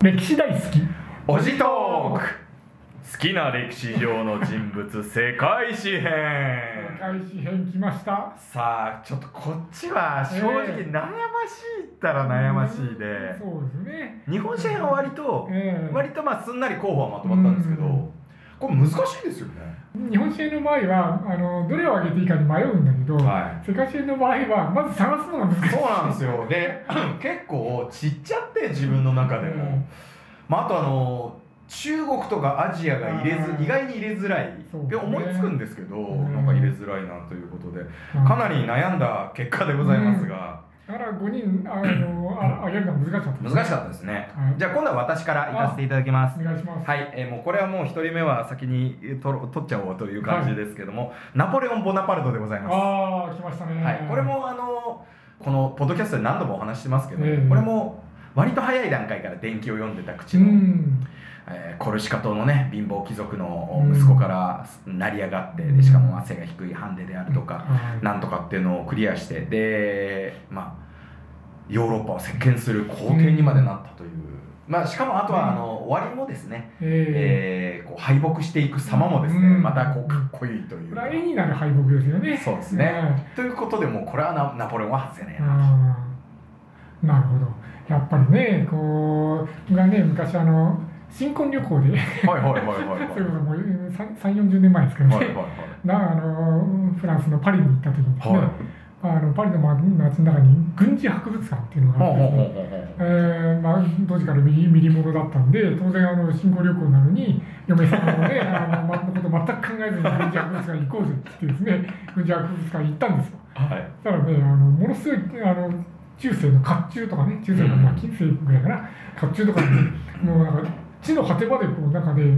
歴史大好きおじトーク。好きな歴史上の人物世界史編。 世界史編来ました。 さあちょっとこっちは正直悩ましいったら悩ましいで、 そうですね。 日本史編は割とまあすんなり候補はまとまったんですけど、これ難しいですよね。 日本史編の場合はどれを挙げていいかに迷うんだけど、世界史編の場合はまず探すのが難しい。 そうなんですよ。で結構ちっちゃって自分の中でも、まあ、あと中国とかアジアが意外に入れづらいって思いつくんですけど、なんか入れづらいなということで、かなり悩んだ結果でございますが、 だから5人挙げるのは難しかったですね。 難しかったですね。じゃあ今度は私から行かせていただきます。 お願いします。 はい、もうこれはもう1人目は先に取っちゃおうという感じですけども、ナポレオン・ボナパルトでございます。 ああ、来ましたね。 はい、これもこのポッドキャストで何度もお話してますけど、これも割と早い段階から伝記を読んでた口の、コルシカ島のね貧乏貴族の息子から成り上がって、でしかも背が低いハンデであるとか、なんとかっていうのをクリアして、でまあヨーロッパを席巻する皇帝にまでなったという、まあ、しかもあとは終わりもですね、こう敗北していく様もですね、またこうかっこいいという、 これは絵になる敗北ですよね。 そうですね、ということでもうこれはナポレオンは外せねえなと。なるほど。やっぱりね昔新婚旅行でそれこそもう30-40年前ですけどね、フランスのパリに行った時にですね、パリの街の中に軍事博物館っていうのがあってですね、当時から見り物だったんで、当然新婚旅行なのに嫁さんのねのこと全く考えずに軍事博物館行こうぜって言ってですね、軍事博物館行ったんですよ。そしたらねものすごい中世の甲冑とかね、中世の近世ぐらいかな、甲冑とかね、もうなんか地の果てまでこう中で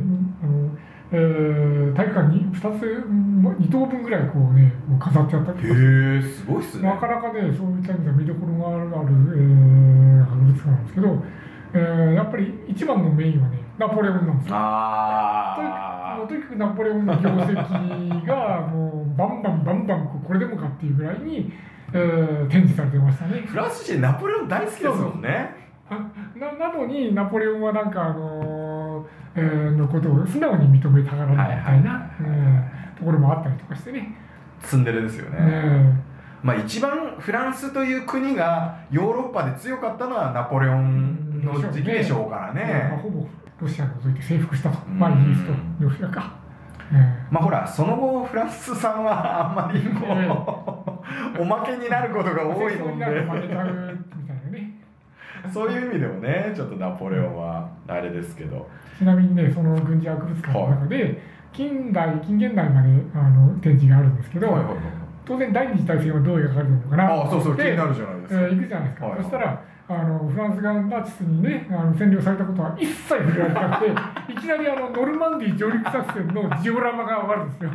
体育館に2等分ぐらいこうね飾ってあったりとか、 すごいっすね。 なかなかねそういった意味では見どころがある博物館なんですけど、やっぱり一番のメインはねナポレオンなんですよ。とにかくナポレオンの業績がもうバンバンこれでもかっていうぐらいに展示されてましたね。 フランス人ナポレオン大好きですもんね。 なのにナポレオンはなんかのことを素直に認めたがらないみたいなところもあったりとかしてね。 ツンデレですよね。まあ一番フランスという国がヨーロッパで強かったのはナポレオンの時期でしょうからね。 ほぼロシアを除いて征服したと、イギリスとロシアか。 まあほらその後フランスさんはあんまりおまけになることが多いもんで、そういう意味でもねちょっとナポレオンはあれですけど、 ちなみにねその軍事博物館の中で近現代まで展示があるんですけど、当然第二次大戦はどう描かれるのかなって気になるじゃないですか。 行くじゃないですか。そしたらフランスがナチスにね占領されたことは一切触れられなくていきなりノルマンディー上陸作戦のジオラマが上がるんですよ。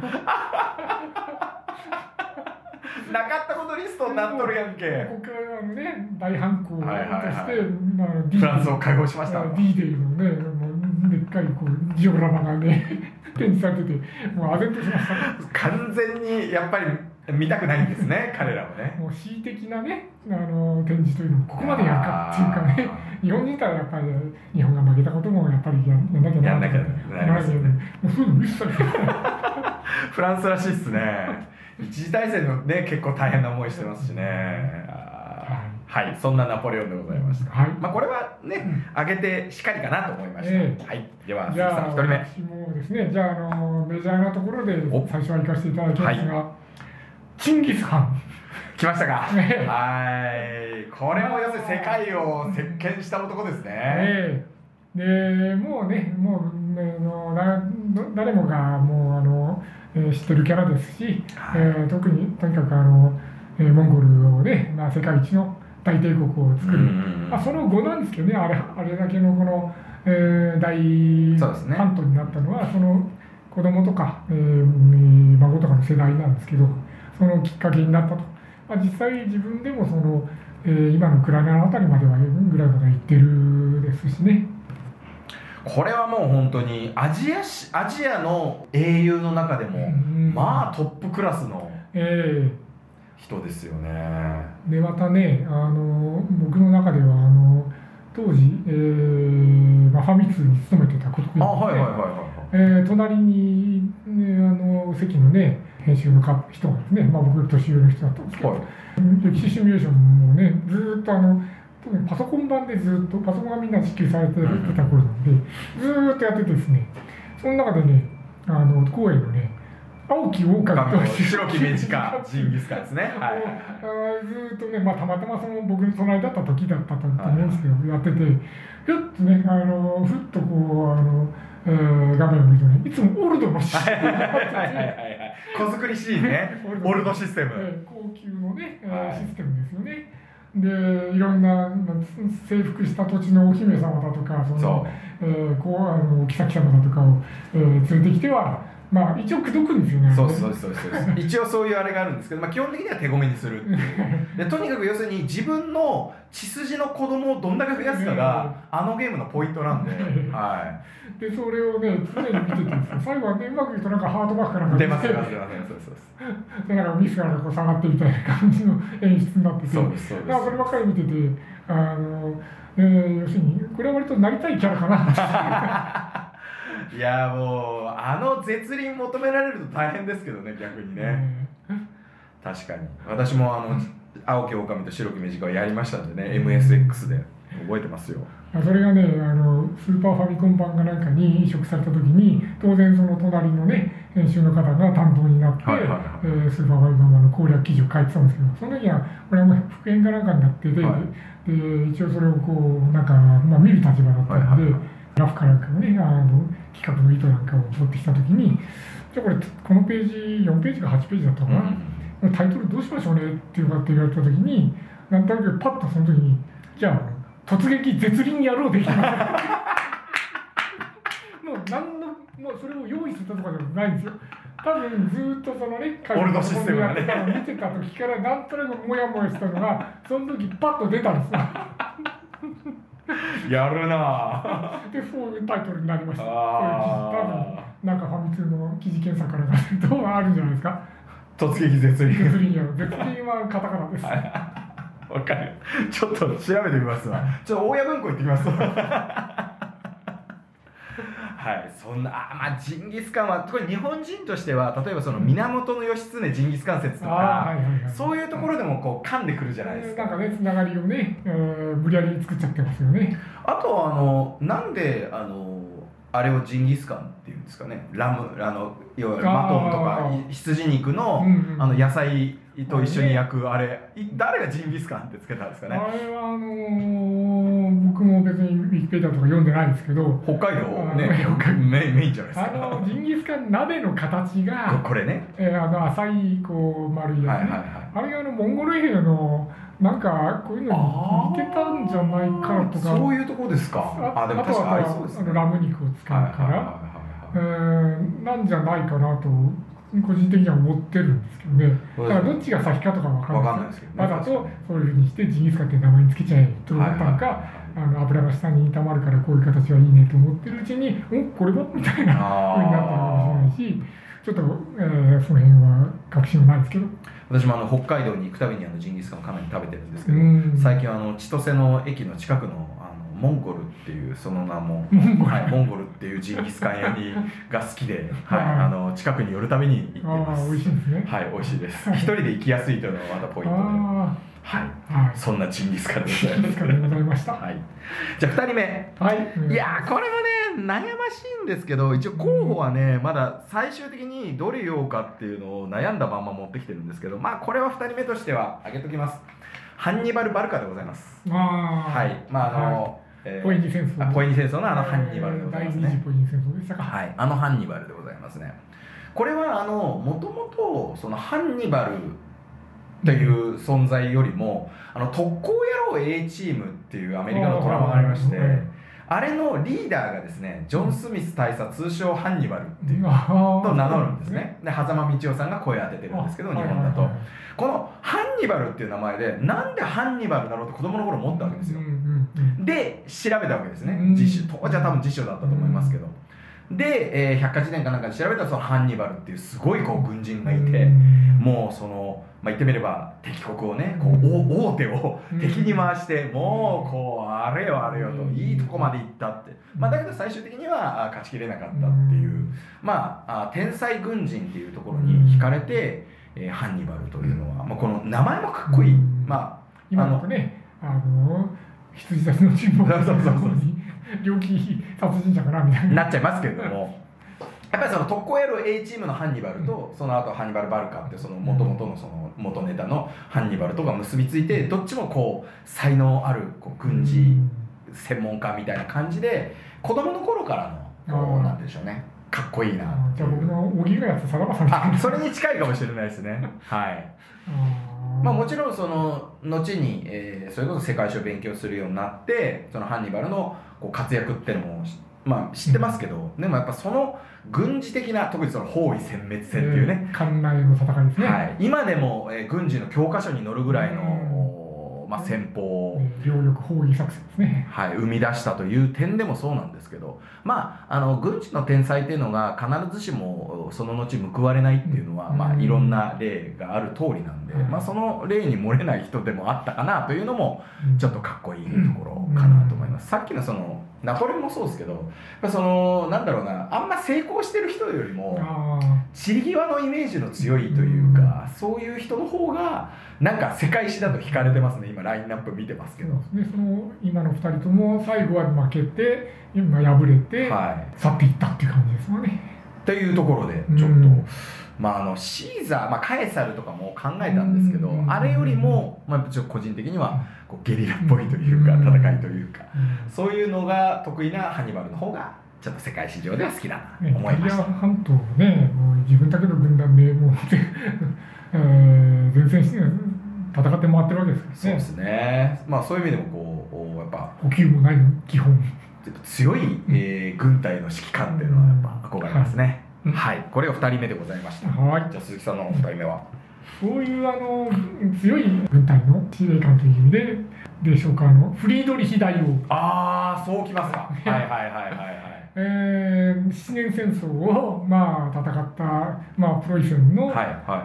なかったことリストになっとるやんけ。 ここからね大反攻としてフランスを解放しました。 D-Day のねもうでっかいこうジオラマがね展示されててもう唖然としました。 完全にやっぱり見たくないんですね彼らはね。 もう恣意的なね展示というのもここまでやるかっていうかね、日本人からやっぱり日本が負けたこともやっぱりやんなきゃならないですよね。もうそういうの一切フランスらしいっすね。一次大戦のね結構大変な思いしてますしね。はい、そんなナポレオンでございました。まあこれはね上げてしかりかなと思いました。はい、では鈴木さん1人目。 私もですね、じゃあメジャーなところで最初は行かせていただきますが、チンギス・ハン来ましたか。はい、これも要するに世界を席巻した男ですね。 でもうね誰もがもう知ってるキャラですし、特にとにかくモンゴルをね、世界一の大帝国を作る、その後なんですけどね、あれだけのこの、大半島になったのはその子供とか、孫とかの世代なんですけど、そのきっかけになったと。実際自分でもその、今のウクライナのあたりまではぐらいまで行ってるですしね。 これはもう本当にアジアの英雄の中でも、まあトップクラスの人ですよね。 でまたね僕の中では当時、ファミ通に勤めてたことで、隣に、席のね編集の人がですね、僕より年上の人だったんですけど、歴史シミュレーションもねずっと特にパソコン版でずっとパソコンがみんな支給されてた頃なんで、ずっとやっててですね、その中でね光栄のね青木狼と白き目近ジンギスカンですね。 ずっとね、たまたま僕の隣だった時だったと思うんですけど、やってて、ふっとね、ふっとこう画面を見るとね、いつもオルドのシステムがあって子作りシーンね、オルドシステム。 高級のね、システムですよね。で、いろんな征服した土地のお姫様だとか、お妃様だとかを連れてきては、一応口説くんですよね。 そう一応そういうあれがあるんですけど、基本的には手ごめにするっていうで、とにかく要するに自分の血筋の子供をどんだけ増やすかがゲームのポイントなんで、 でそれをね常に見ててですよ。最後はねうまく言うとなんかハートバックかなんか出ます。 でなんかミスがこう下がってみたいな感じの演出になってて、そればっかり見てて要するにこれは割となりたいキャラかないやもう絶倫求められると大変ですけどね、逆にね。確かに私も青木狼と白き目近をやりましたんでね、MSX で覚えてますよ。 それがねスーパーファミコン版がなんかに移植された時に、当然その隣のね編集の方が担当になって、スーパーファミコン版の攻略記事を書いてたんですけど、その時はこれはもう復元かなんかになってて、で一応それをこうなんか、見る立場だったので、ラフかなんかのね企画の意図なんかを持ってきたときに、じゃあこのページ4ページか8ページだったかな、タイトルどうしましょうねって言われたときに、なんとなくパッとその時に、じゃあ突撃絶倫やろうできますもうそれを用意するとかじゃないんですよ。多分ずっとそのねオルドシステムがね見てた時からなんとなくモヤモヤしたのがその時パッと出たんですよやるなでそういうタイトルになりました。多分なんかファミ通の記事検索からするとあるんじゃないですか。 突撃絶倫はカタカナです。 わかる。ちょっと調べてみますわ。ちょっと大谷文庫行ってきますそんなジンギスカンはこれ日本人としては例えばその源義経ジンギスカン説とかそういうところでもこう噛んでくるじゃないですか。 なんかねつながりをね無理やり作っちゃってますよね。 あとなんであれをジンギスカンっていうんですかね。ラム要はマトンとか羊肉の野菜と一緒に焼くあれ、誰がジンギスカンってつけたんですかね。 あれは僕も別にウィキペディアとか読んでないですけど、 北海道ねメインじゃないですか。 ジンギスカン鍋の形がこれね浅いこう丸いやつね、あれがモンゴル兵のなんかこういうのに似てたんじゃないかとか。 そういうところですか。 でも確かにそうですね。ラム肉を使うからなんじゃないかなと個人的には思ってるんですけどね。だからどっちが先かとかわかんないですけど、わざとそういうふうにしてジンギスカンって名前につけちゃえと思ったのか、油が下に炒まるからこういう形はいいねと思ってるうちにこれはみたいなふうになったかもしれないし、ちょっと、その辺は確信はないですけど。 私も北海道に行くたびにジンギスカンをかなり食べてるんですけど、最近は千歳の駅の近くのモンゴルっていうその名もモンゴルっていうジンギスカン屋が好きで、近くに寄るたびに行ってます。 美味しいですね。 美味しいです。一人で行きやすいというのがまたポイントで。そんなジンギスカンでございました。 じゃあ2人目。いやこれもね悩ましいんですけど、一応候補はねまだ最終的にどれ言おうかっていうのを悩んだまんま持ってきてるんですけど、これは2人目としては挙げときます。ハンニバル・バルカでございます。 ポエニ戦争。 ポエニ戦争のハンニバルでございますね。 第二次ポエニ戦争でしたか。 ハンニバルでございますね。これはもともとそのハンニバルという存在よりも特攻野郎 A チームっていうアメリカのドラマがありまして、あれのリーダーがですねジョン・スミス大佐通称ハンニバルっていうと名乗るんですね。で狭間道夫さんが声当ててるんですけど、日本だとこのハンニバルっていう名前でなんでハンニバルだろうって子供の頃思ったわけですよ。で調べたわけですね。実習当時は多分実習だったと思いますけど、 で、百科事典かなんかで調べたらそのハンニバルっていうすごいこう軍人がいて、もうその、まあ、言ってみれば敵国をねこう大手を敵に回して、もうこうあれよあれよといいとこまで行ったって、まあ、だけど最終的には勝ちきれなかったっていう、まあ天才軍人っていうところに惹かれて、ハンニバルというのは、まあ、この名前もかっこいい、まあ今のね羊たちの沈黙のところに猟奇殺人者かなみたいになっちゃいますけれども、やっぱりその特攻野郎 A チームのハンニバルと、その後ハンニバル・バルカってその元々のその元ネタのハンニバルとか結びついて、どっちもこう才能あるこう軍事専門家みたいな感じで、子供の頃からのこうなんでしょうね、かっこいいな。 じゃあ僕の荻上やつさらばさんみたいな、 それに近いかもしれないですね。はい。まあ、もちろんその後に、それこそ世界史を勉強するようになって、そのハンニバルのこう活躍っていうのも、まあ、知ってますけど、でもやっぱその軍事的な、特にその包囲殲滅戦っていうね、 艦内の戦いですね、 はい、今でも、軍事の教科書に載るぐらいの、まあ、戦法、 両翼包囲作戦ですね、 はい、生み出したという点でもそうなんですけど、まあ、軍事の天才っていうのが必ずしもその後報われないっていうのは、まあ、いろんな例がある通りなんで、まあ、その例に漏れない人でもあったかなというのもちょっとかっこいいところかなと思います。さっきのそのナポレオンもそうですけど、そのなんだろうな、あんま成功してる人よりも散り際のイメージの強いというか、そういう人の方がなんか世界史だと惹かれてますね。今ラインナップ見てますけど、 その今の2人とも最後は負けて、今敗れて、去っていったっていう感じですよね。 というところでちょっと、まあ、シーザー、まあ、カエサルとかも考えたんですけど、あれよりも、まあ、個人的にはこうゲリラっぽいというか、戦いというか、そういうのが得意なハンニバルの方がちょっと世界史上では好きだなと思いました。 イタリア半島ね、もう自分だけの軍団でもう前線して戦って回ってるわけですからね。 そうですね。まあそういう意味でもこうやっぱ補給もないの基本。 強い、軍隊の指揮官っていうのはやっぱ憧れますね。はい、これが2人目でございました。はい。じゃあ鈴木さんの2人目は。 そういう強い軍隊の司令官という意味でしょうか、フリードリヒ大王。 ああ、そうきますか。はいはいはいはいはい。 7年戦争を、まあ、戦った、まあ、プロイセンの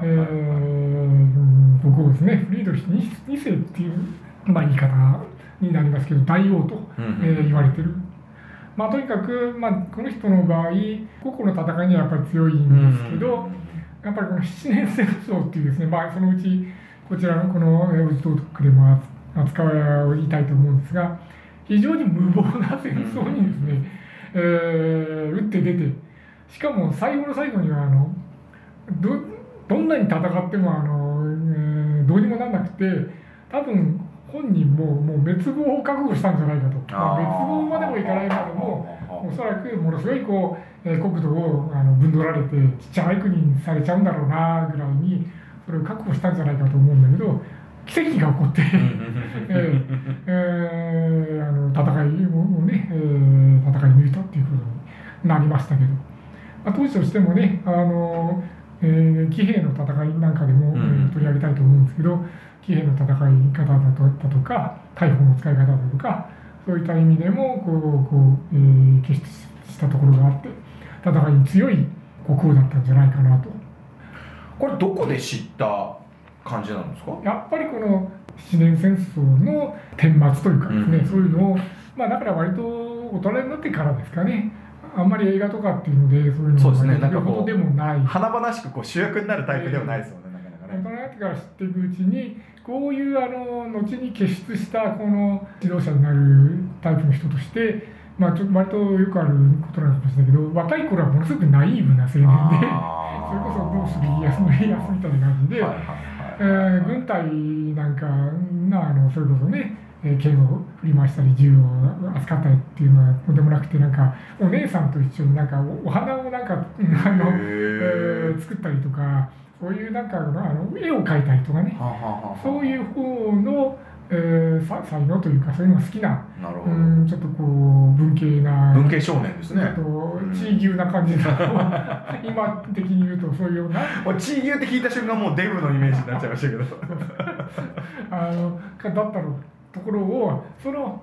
国王ですね、フリードリヒ2世っていう、まあ、言い方になりますけど、大王と、言われてる。まあ、とにかく、まあ、この人の場合、個々の戦いにはやっぱり強いんですけど、やっぱりこの7年戦争っていうですね、まあ、そのうちこちらのこのオジトークでも扱いたいと思うんですが、非常に無謀な戦争にですね、打って出て、しかも最後の最後にはどんなに戦ってもどうにもならなくて、多分本人ももう滅亡を覚悟したんじゃないかと、滅亡までもいかないまでも、おそらくものすごいこう国土をぶんどられてちっちゃい国にされちゃうんだろうなぐらいにそれを覚悟したんじゃないかと思うんだけど、奇跡が起こって戦いをね、戦い抜いたっていうことになりましたけど、まあ、当時としてもね、騎兵の戦いなんかでも、取り上げたいと思うんですけど、騎兵の戦い方だとか大砲の使い方だとか、そういった意味でも決したところがあって、戦いに強い国王だったんじゃないかなと。 これどこで知った感じなんですか？ やっぱりこの7年戦争の顛末というかですね、そういうのを、まあ、だから割と大人になってからですかね。あんまり映画とかっていうのでそういうのが見るほどでもない、 華々しくこう主役になるタイプではないですよね、なかなかね。 大人になってから知っていくうちに、こういう後に傑出したこの指導者になるタイプの人として、まあ、ちょっと割とよくあることなのかもしれないけど、若い頃はものすごくナイーブな青年で、それこそどうする家康の家康みたいな感じで、軍隊なんかそれこそね、剣を振り回したり銃を扱ったりっていうのはとんでもなくて、なんかお姉さんと一緒になんかお花をなんか作ったりとか、そういうなんか絵を描いたりとかね、そういう方の才能というか、そういうのが好きな、ちょっとこう文系少年ですね。 ちょっと地位牛な感じの今的に言うとそういうような地位牛って聞いた瞬間もうデブのイメージになっちゃいましたけどだったのところを、その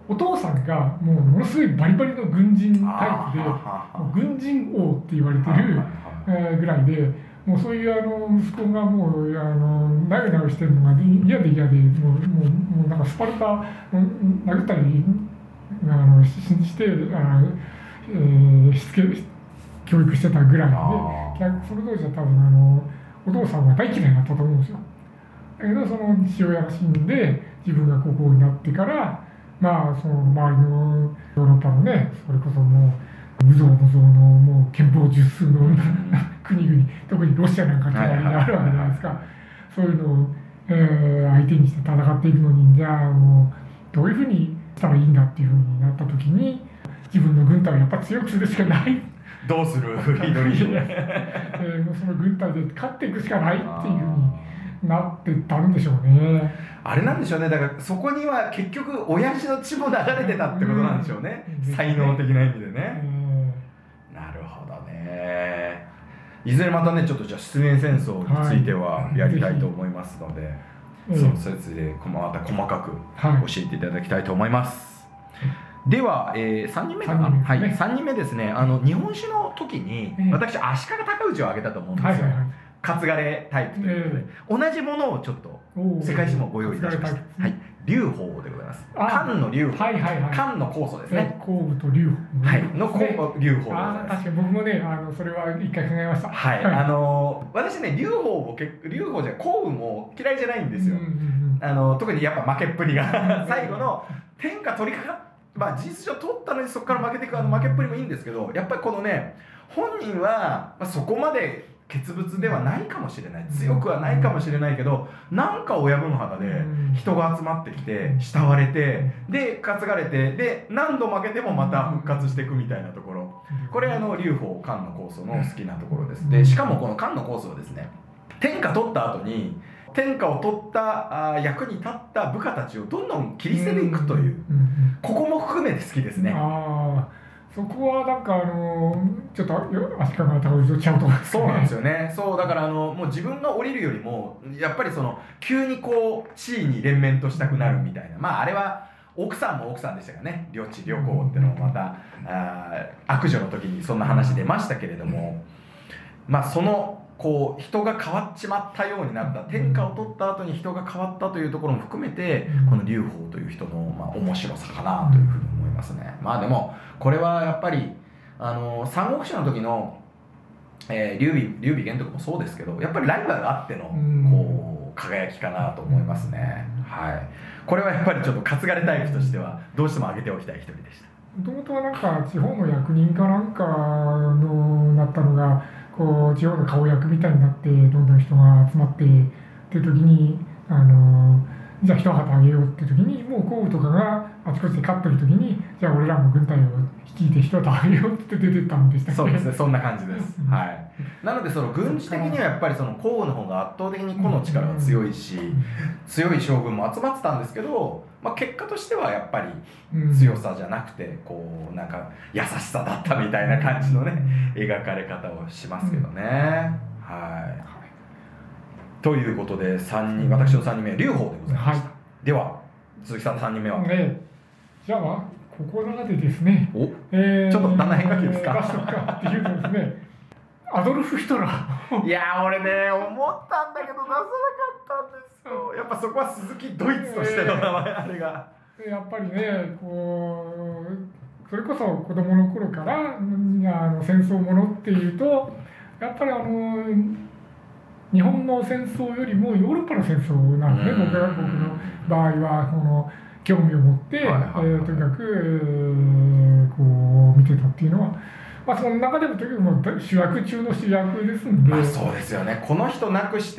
お父さんがもうものすごいバリバリの軍人タイプで軍人王って言われてるぐらいで、もうそういう息子がもうなよなよしてるのが嫌で嫌でもうなんかスパルタ殴ったりしてしつけ教育してたぐらいで、その当時は多分お父さんは大嫌いになったと思うんですよ。だけどその父親が死んで自分が国王になってから、まあその周りのヨーロッパのね、それこそもう無造のもう憲法十数の国々、特にロシアなんかってあるわけじゃないですか。そういうのを、相手にして戦っていくのに、じゃあもうどういうふうにしたらいいんだっていうふうになった時に、自分の軍隊をやっぱ強くするしかない。 どうするフリードリーもうその軍隊で勝っていくしかないっていうふうになってたんでしょうね。 あれなんでしょうね。だからそこには結局親父の血も流れてたってことなんでしょうね。才能的な意味でね。なるほどね。いずれまたね、ちょっとじゃあ失明戦争についてはやりたいと思いますので、その説でまた細かく教えていただきたいと思います。では、3人目かな、はい、3人目ですね。日本酒の時に、私足利尊氏を挙げたと思うんですよ。カツガレタイプということで、同じものをちょっと世界史もご用意いたしました。はい、龍鳳でございます。漢の龍鳳、漢の酵素ですね。 酵母と龍鳳、 はい、の龍鳳でございます。確かに僕もね、それは一回考えました。 はい、私ね、龍鳳じゃ酵母も嫌いじゃないんですよ。特にやっぱ負けっぷりが最後の天下取りかかって、まあ事実上取ったのにそこから負けていく負けっぷりもいいんですけど、やっぱりこのね、本人はそこまで傑物ではないかもしれない、強くはないかもしれないけど、なんか親分肌で人が集まってきて慕われて、で担がれて、で何度負けてもまた復活していくみたいなところ、これ龍鳳漢の酵素の好きなところです。でしかもこの漢の酵素はですね、天下取った後に天下を取った役に立った部下たちをどんどん切り捨てていくという、ここも含めて好きですね。 そこはなんかちょっと足利尊氏とちゃうと思いますね。 そうなんですよね。そうだからもう自分が降りるよりもやっぱりその急にこう地位に連綿としたくなるみたいな、まああれは奥さんも奥さんでしたがね、領地旅行っていうのもまた悪女の時にそんな話出ましたけれども、まあそのこう人が変わっちまったようになった、天下を取った後に人が変わったというところも含めて、この龍鳳という人の面白さかなというふうに思いますね。まあでもこれはやっぱり三国志の時の劉備玄徳もそうですけど、やっぱりライバルがあってのこう輝きかなと思いますね。はい、これはやっぱりちょっと担がれタイプとしてはどうしても挙げておきたい一人でした。 もともとはなんか地方の役人かなんかのなったのが、こう地方の顔役みたいになってどんどん人が集まってっていう時にじゃあ一旗あげようっていう時に、もう項羽とかがあちこちで勝ってる時に、じゃあ俺らも軍隊を率いて一旗あげようって出てったんでしたっけ。 そうですね、そんな感じです。はい。なのでその軍事的にはやっぱりその項羽の方が圧倒的に個の力が強いし、強い将軍も集まってたんですけど、まあ、結果としてはやっぱり強さじゃなくてこうなんか優しさだったみたいな感じのね描かれ方をしますけどね。はい。ということで私の3人目は龍鳳でございました。では鈴木さんの3人目は。 じゃあここらでですね。 ちょっとだんだん変化球ですか。 出しとくかっていうとですね。アドルフ・ヒトラー。いや俺ね思ったんだけど出さなかったんですよ。やっぱそこは鈴木ドイツとしての名前あれが。 やっぱりねこうそれこそ子供の頃から戦争ものっていうとやっぱり日本の戦争よりもヨーロッパの戦争なんでね、僕の場合はこの興味を持って、とにかくこう見てたっていうのは、まあ、その中でもとにかく主役中の主役ですんで、 まあ、そうですよね。この人なくして、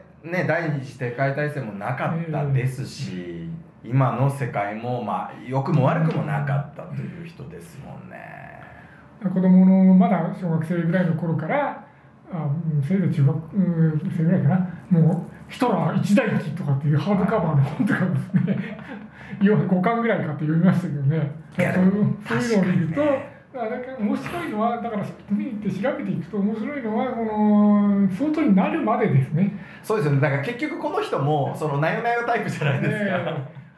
ね、第二次世界大戦もなかったですし、今の世界も、まあ、良くも悪くもなかったという人ですもんね。 子供のまだ小学生ぐらいの頃からせいぜい中学生ぐらいかな、もうヒトラー一代記とかっていうハードカバーの本とかですね5巻ぐらいかって読みましたけどね。そういうのを見ると面白いのは、だから見て調べていくと面白いのはこの相当になるまでですね。 そうですよね。だから結局この人もそのなよなよタイプじゃないですか。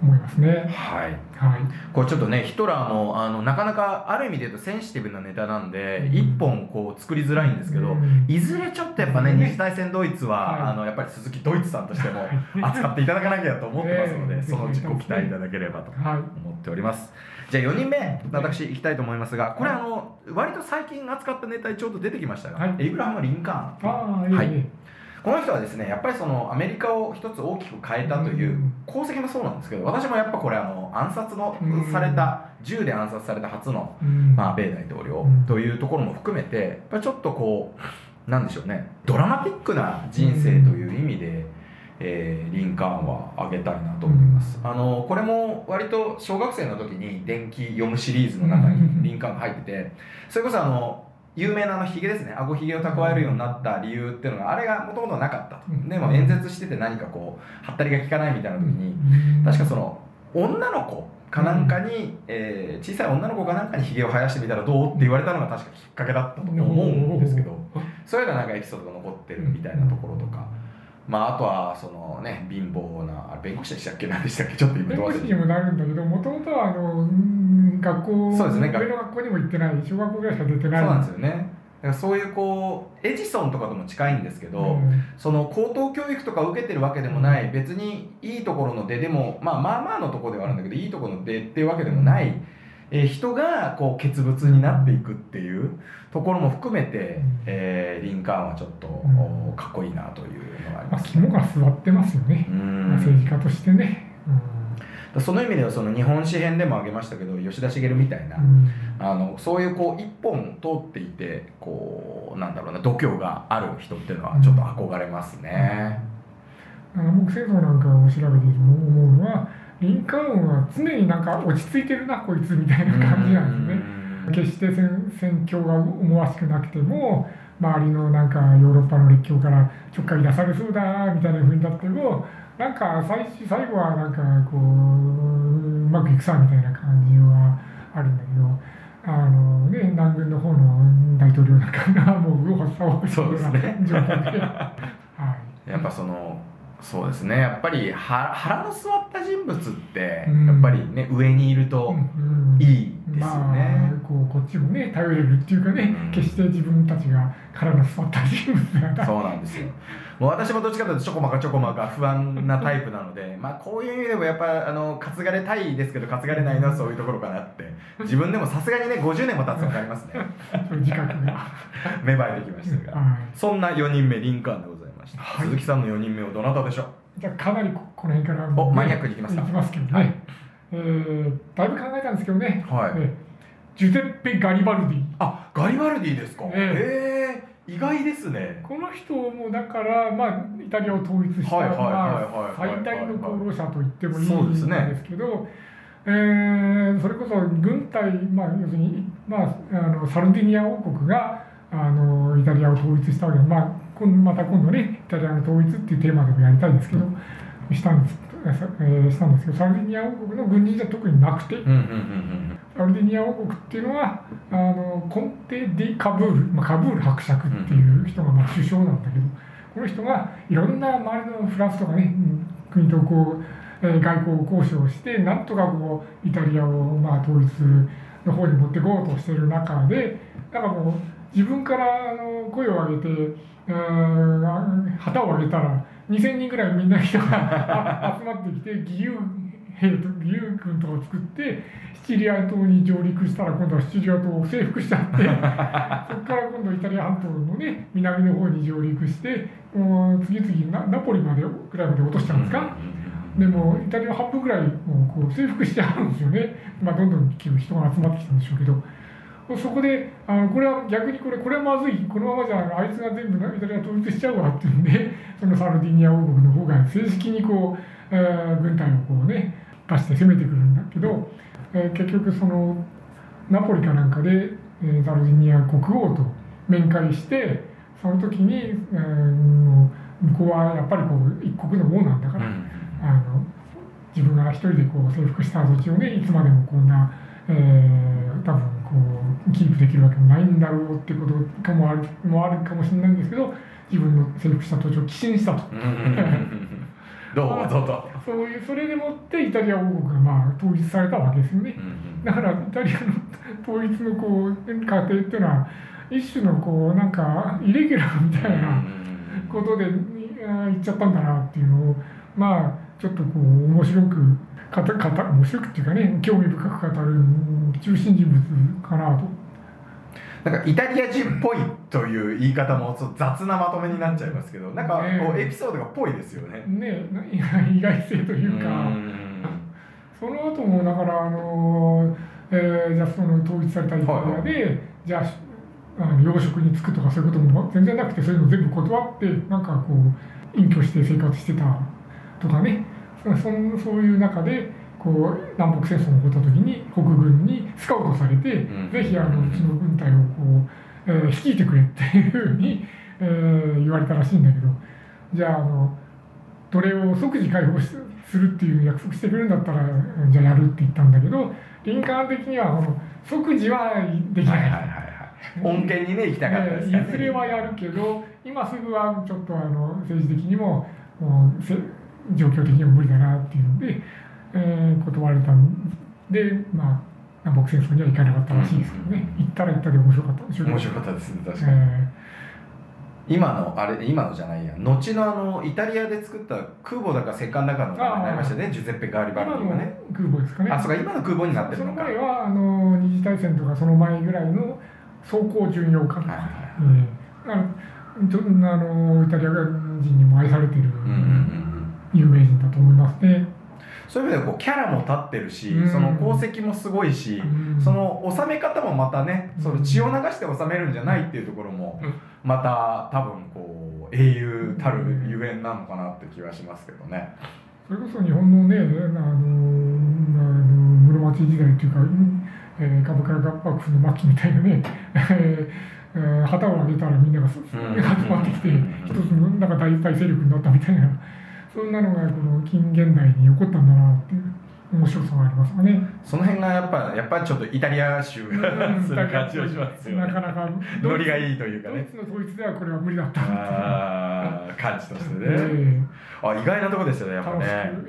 思いますね。 はい、 はい、 これちょっとねヒトラーもなかなかある意味で言うとセンシティブなネタなんで、一本こう作りづらいんですけど、いずれちょっとやっぱね二次大戦ドイツは、やっぱり鈴木ドイツさんとしても扱っていただかなきゃと思ってますので、そのうちご期待いただければと思っております。じゃあ4人目私いきたいと思いますが、これ割と最近扱ったネタにちょうど出てきましたが、エイブラハム・リンカーン。はい、この人はですねやっぱりそのアメリカを一つ大きく変えたという功績もそうなんですけど、私もやっぱこれ暗殺された銃で暗殺された初の、米大統領というところも含めてやっぱりちょっとこうなんでしょうね、ドラマティックな人生という意味で、リンカーンは挙げたいなと思います。これも割と小学生の時に伝記読むシリーズの中にリンカーンが入ってて、それこそ有名なヒゲですね、顎ひげを蓄えるようになった理由っていうのがあれがもともとなかったと。でも演説してて何かこうハッタリが効かないみたいな時に、確かその女の子かなんかに、小さい女の子かなんかにひげを生やしてみたらどうって言われたのが確かきっかけだったと思うんですけど、そういうのなんかエピソードが残ってるみたいなところとか、あとはそのね貧乏な弁護士でしたっけ、何でしたっけ、ちょっと今弁護士にもなるんだけど、もともとは学校、そうですね、上の学校にも行ってない、小学校ぐらいしか出てない。 そうなんですよね。だからそういうこうエジソンとかとも近いんですけど、その高等教育とか受けてるわけでもない、別にいいところの出でもまあのところではあるんだけど、いいところの出っていうわけでもない、人がこう傑物になっていくっていうところも含めて、リンカーンはちょっとかっこいいなというのがあります、 肝が据わってますよね、政治家としてね。 その意味ではその日本史編でも挙げましたけど、吉田茂みたいな、そういうこう一本通っていてこうなんだろうな、度胸がある人っていうのはちょっと憧れますね。 僕戦争なんかを調べていて思うのは、リンカーンは常になんか落ち着いてるなこいつみたいな感じなんですね。決して戦況が思わしくなくても、周りのなんかヨーロッパの列強からちょっかい出されそうだみたいな風になっても、なんか最後はなんかこううまくいくさみたいな感じはあるんだけど、南軍の方の大統領なんかがもう右往左往するような状況で、 やっぱそうですね、やっぱり腹の据わった人物ってやっぱりね、上にいるといいですよね。 こっちもね頼れるっていうかね、決して自分たちが腹の据わった人物ではない。 そうなんですよ。もう私もどっちかというとちょこまか不安なタイプなのでこういう意味でもやっぱ担がれたいですけど担がれないのはそういうところかなって自分でもさすがにね50年も経つと分かりますね。 自覚が芽生えてきましたが、そんな4人目リンカーンでございました。鈴木さんの4人目はどなたでしょう。 じゃあかなりこの辺からマニアックにいきますか。 いきますけどね、だいぶ考えたんですけどね、ジュゼッペ・ガリバルディ。 ガリバルディですか。意外ですね。 この人もだからイタリアを統一した最大の功労者と言ってもいいんですけど、それこそ軍隊、要するにサルディニア王国がイタリアを統一したわけで、また今度ねイタリアの統一っていうテーマでもやりたいんですけど、したんですけど、サルディニア王国の軍人じゃ特になくて、サルディニア王国っていうのはコンテ・デ・カブール、カブール伯爵っていう人が首相なんだけど、この人がいろんな周りのフランスとかね国とこう、外交交渉してなんとかこうイタリアを統一の方に持っていこうとしてる中で、だからもう自分から声を上げて旗を上げたら2000人ぐらいみんな人が集まってきて義勇軍とかを作ってシチリア島に上陸したら、今度はシチリア島を征服しちゃってそこから今度イタリア半島のね南の方に上陸して、次々ナポリまでぐらいまで落としたんですか。でもイタリア半分ぐらいこう征服しちゃうんですよね。どんどん人が集まってきたんでしょうけど、そこでこれは逆にこれはまずい、このままじゃあいつが全部イタリア統一しちゃうわっていうんで、そのサルディニア王国の方が正式にこう、軍隊をこうね出して攻めてくるんだけど、結局そのナポリかなんかで、サルディニア国王と面会して、その時に、向こうはやっぱりこう一国の王なんだから、自分が一人でこう征服した土地をねいつまでもこんな、多分こうキープできるわけもないんだろうっていうこともあるかもしれないんですけど、自分の征服した土地を寄進したと。 どうぞと。 それでもってイタリア王国が統一されたわけですよね。だからイタリアの統一の過程っていうのは一種のなんかイレギュラーみたいなことで言っちゃったんだなっていうのをちょっと面白く面白くっていうかね、興味深く語る中心人物かなと。 なんかイタリア人っぽいという言い方も雑なまとめになっちゃいますけど、なんかエピソードがっぽいですよね。 意外性というか、その後もだからじゃあその統一されたイタリアで、じゃあ養殖に就くとかそういうことも全然なくて、そういうの全部断ってなんか隠居して生活してたとかね、そういう中で南北戦争が起こった時に北軍にスカウトされて、ぜひうちの軍隊を率いてくれっていうふうに、言われたらしいんだけど、じゃあ奴隷を即時解放するっていう約束してくれるんだったらじゃあやるって言ったんだけど、リンカーン的には即時はできない。 穏健にね行きたかったですね。 いずれはやるけど今すぐはちょっと政治的にも状況的にも無理だなっていうので。断られたんで、南北戦争には行かなかったらしいですけどね。行ったら行ったで面白かった。 面白かったですね、確かに。今のじゃないや、後のイタリアで作った空母だか戦艦だかの名前になりましたね、ジュゼッペ・ガリバルディがね。 空母ですかね。 そうか、今の空母になってるのか。 その前は二次大戦とかその前ぐらいの装甲巡洋艦とか、イタリア人にも愛されている有名人だと思いますね。 そういう意味ではキャラも立ってるし、その功績もすごいし、その収め方もまたね、その血を流して収めるんじゃないっていうところもまた多分英雄たるゆえんなのかなって気はしますけどね。 それこそ日本のね室町時代っていうか鎌倉幕府の末期みたいなね旗を上げたらみんなが集まってきて一つのなんか大勢力になったみたいな。そんなのが近現代に起こったんだなっていう面白さがありますかね。 その辺がやっぱりちょっとイタリア州がする感じがしますよね。 なかなかノリがいいというかね。 ドイツの統一ではこれは無理だったっていう感じとしてね。意外なところですよね、やっぱね。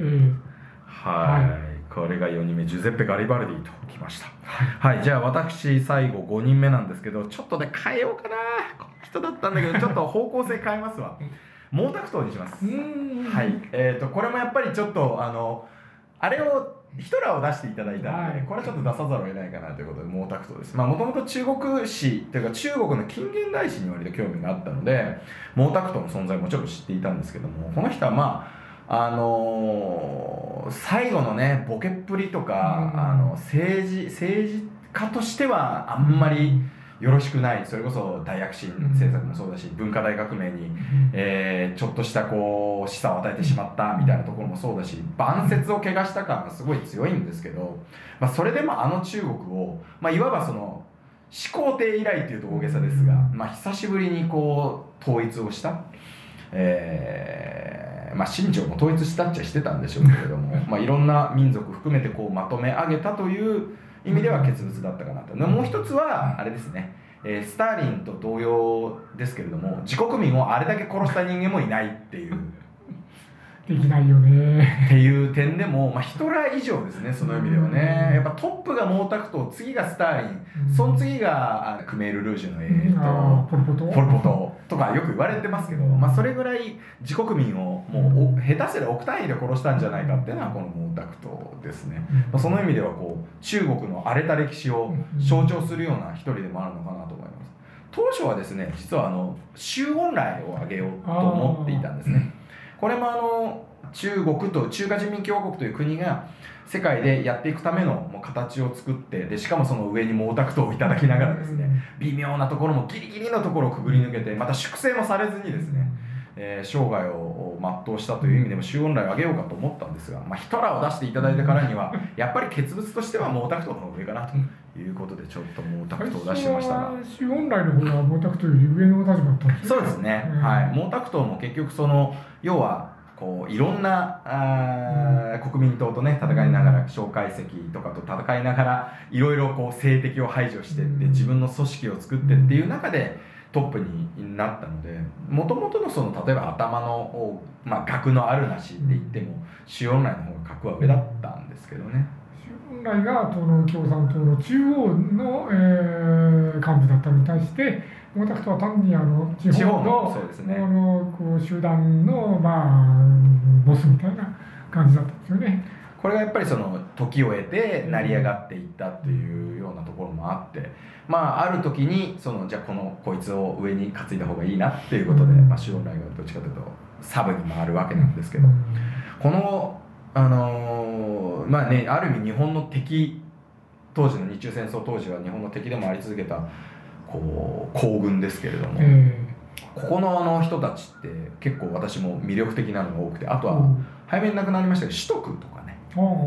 これが4人目、ジュゼッペ・ガリバルディときました。はい、じゃあ私最後5人目なんですけど、ちょっとね変えようかな。この人だったんだけどちょっと方向性変えますわ。毛沢東にします。はい。これもやっぱりちょっとあれをヒトラーを出していただいたので、これはちょっと出さざるを得ないかなということで毛沢東です。もともと中国史というか中国の近現代史に割と興味があったので、毛沢東の存在もちろん知っていたんですけども、この人は最後のねボケっぷりとか政治家としてはあんまりよろしくない、それこそ大躍進政策もそうだし、文化大革命に、ちょっとした示唆を与えてしまったみたいなところもそうだし、晩節を怪我した感がすごい強いんですけど、それでも中国を、いわばその始皇帝以来というと大げさですが、久しぶりに統一をした、清朝も統一したっちゃしてたんでしょうけれども、いろんな民族含めてまとめ上げたという意味では傑物だったかなと。もう一つはあれですね、スターリンと同様ですけれども、自国民をあれだけ殺した人間もいないっていうできないよねっていう点でも、ヒトラー以上ですね、その意味ではね。やっぱトップが毛沢東、次がスターリン、その次がクメール・ルージュのポル・ポトとかよく言われてますけど、それぐらい自国民をもう下手すりゃ億単位で殺したんじゃないかっていうのはこの毛沢東ですね。その意味では中国の荒れた歴史を象徴するような一人でもあるのかなと思います。当初はですね、実は周恩来を挙げようと思っていたんですね。これも中国と中華人民共和国という国が世界でやっていくための形を作って、でしかもその上に毛沢東をいただきながらですね、微妙なところもギリギリのところをくぐり抜けて、また粛清もされずにですね、生涯を全うしたという意味でも周恩来を挙げようかと思ったんですが、ヒトラーを出していただいたからにはやっぱり傑物としては毛沢東の上かなということで、ちょっと毛沢東を出してましたが、 周恩来の方が毛沢東より上の立場だったんですね。 そうですね、毛沢東も結局要はいろんな国民党とね戦いながら、蒋介石とかと戦いながらいろいろ政敵を排除してって自分の組織を作ってっていう中でトップになったので、もともとのその例えば頭の、学のあるなしって言っても周恩来の方が格は上だったんですけどね。 周恩来が共産党の中央の、幹部だったのに対して、毛沢東は単に地方のそうですね、 こう集団の、ボスみたいな感じだったんですよね。 これがやっぱりその時を経て成り上がっていったっていうようなところもあって、ある時にじゃあこいつを上に担いだ方がいいなっていうことで、周恩来がどっちかというとサブに回るわけなんですけど、このある意味日本の敵、当時の日中戦争当時は日本の敵でもあり続けた皇軍ですけれども、ここの人たちって結構私も魅力的なのが多くて、あとは早めに亡くなりましたけど朱徳とかね、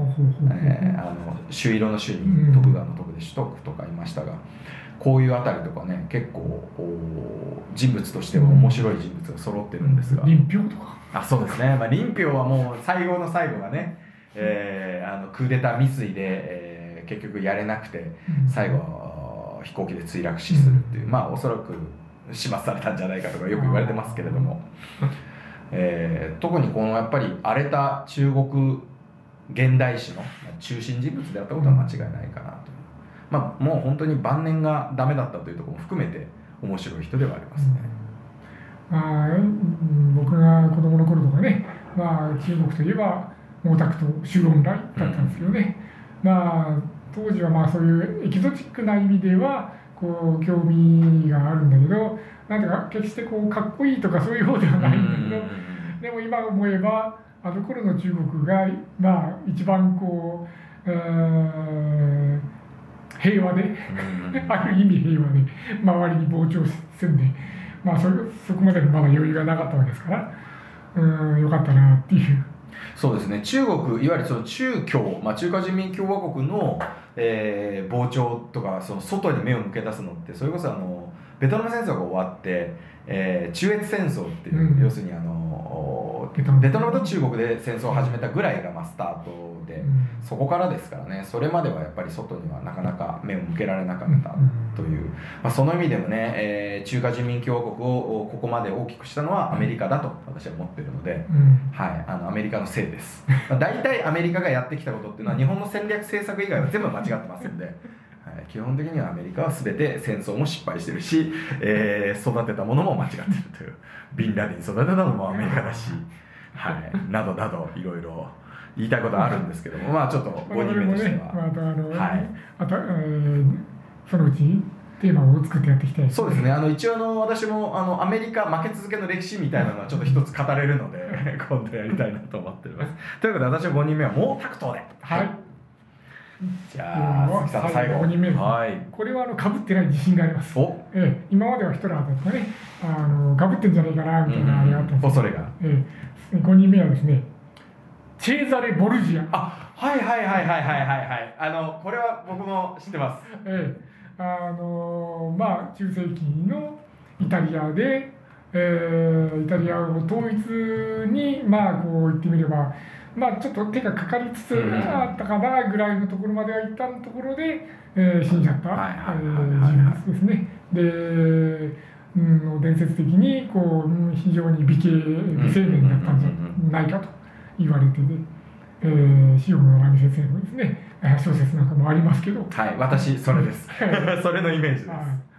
朱色の朱に徳川の徳で朱徳とかいましたが、こういうあたりとかね、結構人物としては面白い人物が揃ってるんですが、 林彪とか、 そうですね、林彪はもう最後の最後がね、クーデター未遂で、結局やれなくて最後は飛行機で墜落死するっていう、おそらく始末されたんじゃないかとかよく言われてますけれども、特にやっぱり荒れた中国現代史の中心人物であったことは間違いないかなと。もう本当に晩年がダメだったというところも含めて面白い人ではありますね。 僕が子供の頃とかね、中国といえば毛沢東、周恩来だったんですけどね、当時はそういうエキゾチックな意味では興味があるんだけど、なんていうか決してかっこいいとかそういう方ではないんだけど、でも今思えばあの頃の中国が一番平和である意味平和で周りに膨張せんで、そこまでのまだ余裕がなかったわけですから、よかったなっていう。 そうですね、中国、いわゆるその中共、中華人民共和国の、膨張とか、外に目を向け出すのって、それこそベトナム戦争が終わって、中越戦争っていう、要するにベトナムと中国で戦争を始めたぐらいがスタートで、そこからですからね、それまではやっぱり外にはなかなか目を向けられなかったという、その意味でもね、中華人民共和国をここまで大きくしたのはアメリカだと私は思っているので、アメリカのせいです。大体アメリカがやってきたことっていうのは日本の戦略政策以外は全部間違ってますんで。基本的にはアメリカは全て戦争も失敗してるし、育てたものも間違ってるという、ビンラディン育てたのもアメリカだし、などなどいろいろ言いたいことあるんですけども、ちょっと5人目としては、 そのうちテーマを作ってやっていきたい。 そうですね、一応私もアメリカ負け続けの歴史みたいなのはちょっと一つ語れるので今度やりたいなと思っております。ということで私は5人目は毛沢東で。じゃあ鈴木さん最後 5人目です。これは被ってない自信があります。今まではヒトラーだとかね、被ってんじゃないかなみたいなあれがあったんですけど、 恐れが。 5人目はですね、チェーザレ・ボルジア。 これは僕も知ってます。 中世紀のイタリアで、イタリアを統一に言ってみればちょっと手がかかりつつあったかなぐらいのところまでは行ったところで、死んじゃった人物ですね。で、伝説的に非常に美青年だったんじゃないかと言われてね、塩野七海先生のですね小説なんかもありますけど、 私それですそれのイメージです。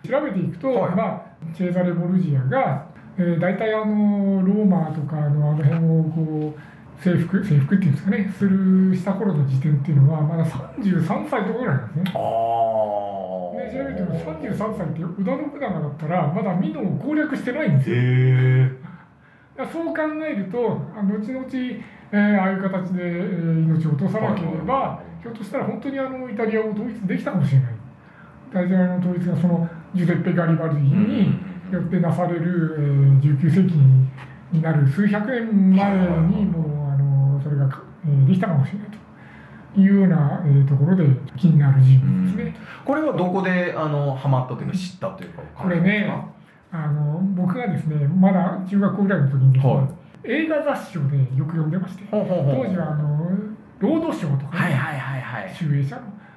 調べていくと、チェーザレ・ボルジアが、大体ローマとかの辺を征服っていうんですかね、した頃の時点っていうのはまだ33歳とかぐらいなんですね。で調べても33歳って織田信長だったらまだ美濃を攻略してないんですよ。そう考えると後々、ああいう形で、命を落とさなければ、ひょっとしたら本当にイタリアを統一できたかもしれない。イタリアの統一がそのジュゼッペ・ガリバルディによってなされる、19世紀になる数百年前にもうそれができたかもしれないというようなところで気になる人物ですね。 これはどこでハマったというか知ったというか。 これね、僕がですねまだ中学校ぐらいの時にですね、映画雑誌をねよく読んでまして、当時はロードショーとかね、集英社の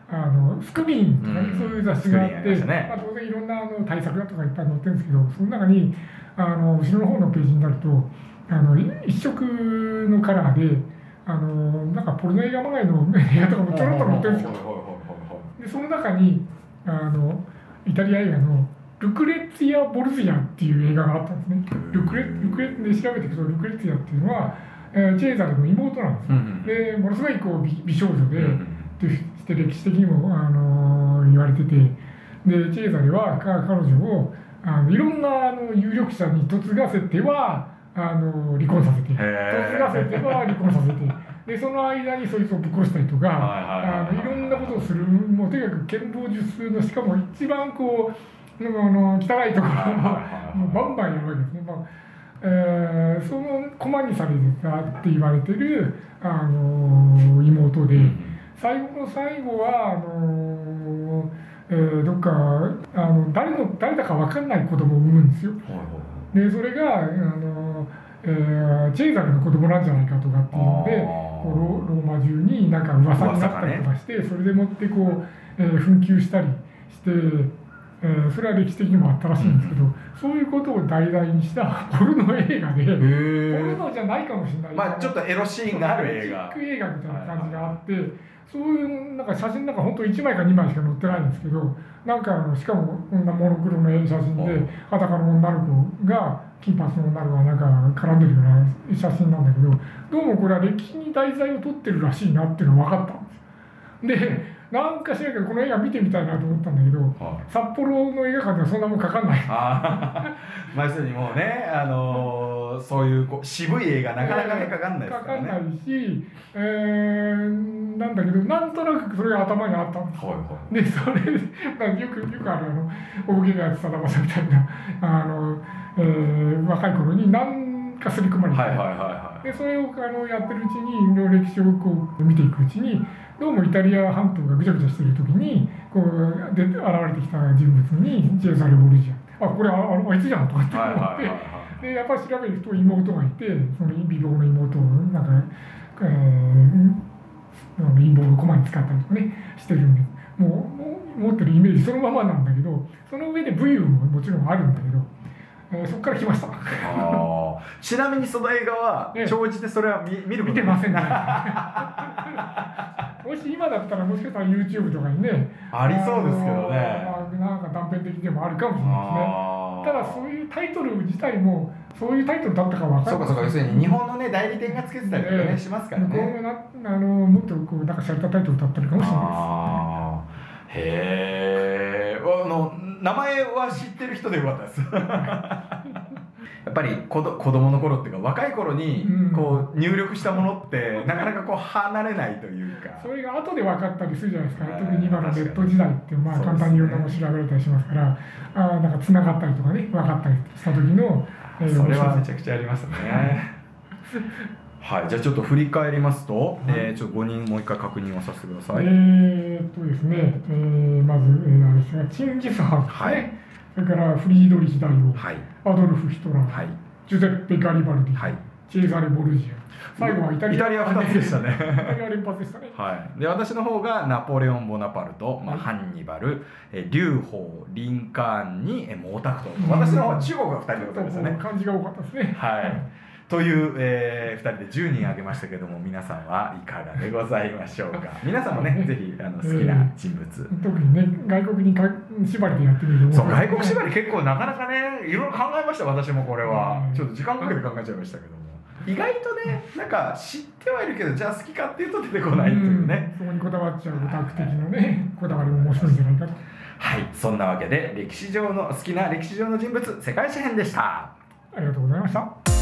スクリーンとかね、そういう雑誌があって、当然いろんな対策だとかいっぱい載ってるんですけど、その中に後ろの方のページになると一色のカラーでなんかポルノ映画まがいの映画とかもちょろっと載ってるんですよ。でその中にイタリア映画のルクレッツィア・ボルジアっていう映画があったんですね。ルクレで調べていくとルクレッツィアっていうのは、チェーザルの妹なんですよ。でものすごい美少女で、して歴史的にも言われてて、でチェーザルは彼女をいろんな有力者に嫁がせては離婚させて、嫁がせては離婚させて、でその間にそいつをぶっ殺したりとか、いろんなことをする、もうとにかく剣道術のしかも一番こう汚いところをバンバンやるわけですね。その駒にされてたって言われてる妹で、最後の最後はどっか誰だか分かんない子供を産むんですよ。でそれがチェーザルの子供なんじゃないかとかっていうのでローマ中になんか噂になったりとかして、それでもってこう紛糾したりして、それは歴史的にもあったらしいんですけど、そういうことを題材にしたポルノ映画で、ポルノじゃないかもしれない、 ちょっとエロシーンがある映画、 チック映画みたいな感じがあって、そういうなんか写真なんか本当1枚か2枚しか載ってないんですけど、なんかしかもこんなモノクロの写真で裸の女の子が金髪の女の子がなんか絡んでるような写真なんだけど、どうもこれは歴史に題材を撮ってるらしいなっていうのが分かったんですよ。でなんか知らんけどこの映画見てみたいなと思ったんだけど、札幌の映画館ではそんなもんかかんない。 要するにもうね、そういう渋い映画なかなかねかかんないですからね。 かかんないし、なんだけどなんとなくそれが頭にあったんですよ。でそれよくある大木のやつさだまさみたいな若い頃に何か刷り込まれて、でそれをやってるうちに歴史をこう見ていくうちに、どうもイタリア半島がぐちゃぐちゃしてる時にこう現れてきた人物にチェーザル・ボルジア、これあいつじゃんとかって思って、でやっぱり調べると妹がいて、その美貌の妹をなんか、陰謀の駒に使ったりとかねしてるんで、もう持ってるイメージそのままなんだけど、その上で武勇ももちろんあるんだけど。そこから来ました。 ちなみにその映画は長じてそれは見ること見てませんね。もし今だったらもしかしたら YouTube とかにねありそうですけどね、 なんか断片的でもあるかもしれないですね。ただそういうタイトル自体もそういうタイトルだったか分からない。 そうか要するに日本のね代理店がつけてたりとかねしますからね。 もっとこうなんかしゃれたタイトルだったりかもしれないです。 へえ、名前は知ってる人でよかったですやっぱり子供の頃っていうか若い頃にこう入力したものってなかなかこう離れないというか、 それが後で分かったりするじゃないですか。特に今のネット時代って簡単にいろんなもの調べられたりしますから、なんかつながったりとかね分かったりした時の、 それはめちゃくちゃありますねはい、じゃあちょっと振り返りますと、ちょっと5人もう一回確認をさせてください。 ですね、まず、あれですがチンギス・ハンですね、それからフリードリヒ大王、アドルフ・ヒトラー、ジュゼッペ・ガリバルディ、チェーザレ・ボルジア、最後はイタリア 2つでしたね。 イタリア連発でしたね。 で私の方がナポレオン・ボナパルト、ハンニバル、劉邦、リンカーンに毛沢東、私の方は中国が2人でございましたね。 漢字が多かったですね。 という、2人で10人挙げましたけども、皆さんはいかがでございましょうか。皆さんもね、ぜひ好きな人物、 特にね外国に縛りでやってみる。 そう外国縛り結構なかなかねいろいろ考えました。私もこれはちょっと時間かけて考えちゃいましたけども、意外とねなんか知ってはいるけどじゃあ好きかっていうと出てこないというね、 そこにこだわっちゃうオタク的なねこだわりも面白いんじゃないかと。 はい、そんなわけで好きな歴史上の人物世界史編でした。 ありがとうございました。